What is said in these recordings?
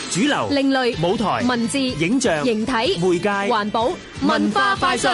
主流、 另類、 舞台、 文字、 影像、 形體、 媒介、 環保、文化快訊。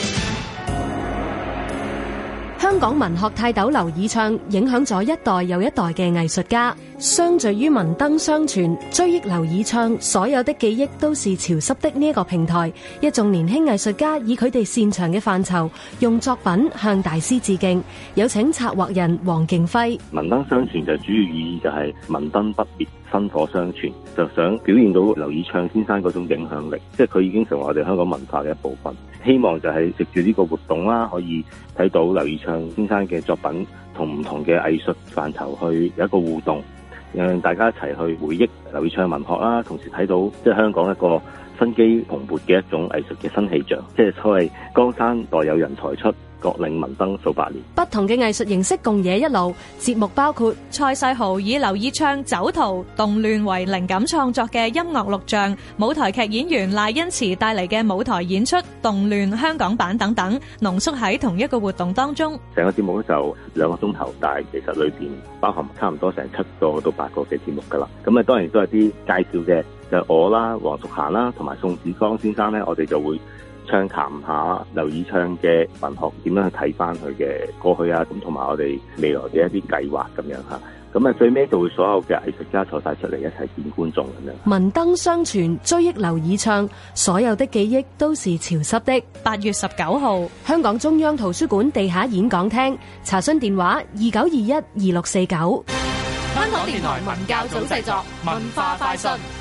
香港文學泰斗劉以鬯影響咗一代又一代嘅藝術家，相聚於文燈相傳，追憶劉以鬯所有的記憶都是潮濕的呢一個平台，一眾年輕藝術家以佢哋擅長嘅範疇，用作品向大師致敬。有請策劃人黃敬輝。 文燈相傳就主要意義就係文燈不滅，薪火相傳，就想表現到劉以鬯先生嗰種影響力，即係佢已經成為我哋香港文化嘅一部分。希望就係藉住呢個活動啦，可以睇到劉以鬯先生嘅作品同唔同嘅藝術範疇去有一個互動，讓大家一齊去回憶劉以鬯文學啦，同時睇到即係香港一個生機蓬勃嘅一種藝術嘅新氣象，即係所謂江山代有人才出，各領文燈數百年。 不同嘅藝術形式共冶一爐，節目包括蔡世豪以劉以鬯酒徒動亂為靈感創作嘅音樂錄像，舞台劇演員賴恩慈帶嚟嘅舞台演出動亂香港版等等，濃縮喺同一個活動當中。 成個節目咧就2個鐘頭，但係其實裏邊包含差唔多成7個到8個嘅節目噶啦。咁啊當然都係啲介紹嘅，就係我啦、黃淑嫻啦同埋宋子江先生咧，我哋就會暢談下劉以鬯嘅文學點樣去睇翻佢嘅過去啊，咁同埋我哋未來嘅一啲計劃咁樣嚇。咁啊最尾就會所有嘅藝術家坐晒出嚟一齊見觀眾咁樣。 文燈相傳，追憶劉以鬯，所有的記憶都是潮濕的。 8月19號， 香港中央圖書館地下演講廳，查詢電話29212649。 香港電台文教組製作，文化快訊。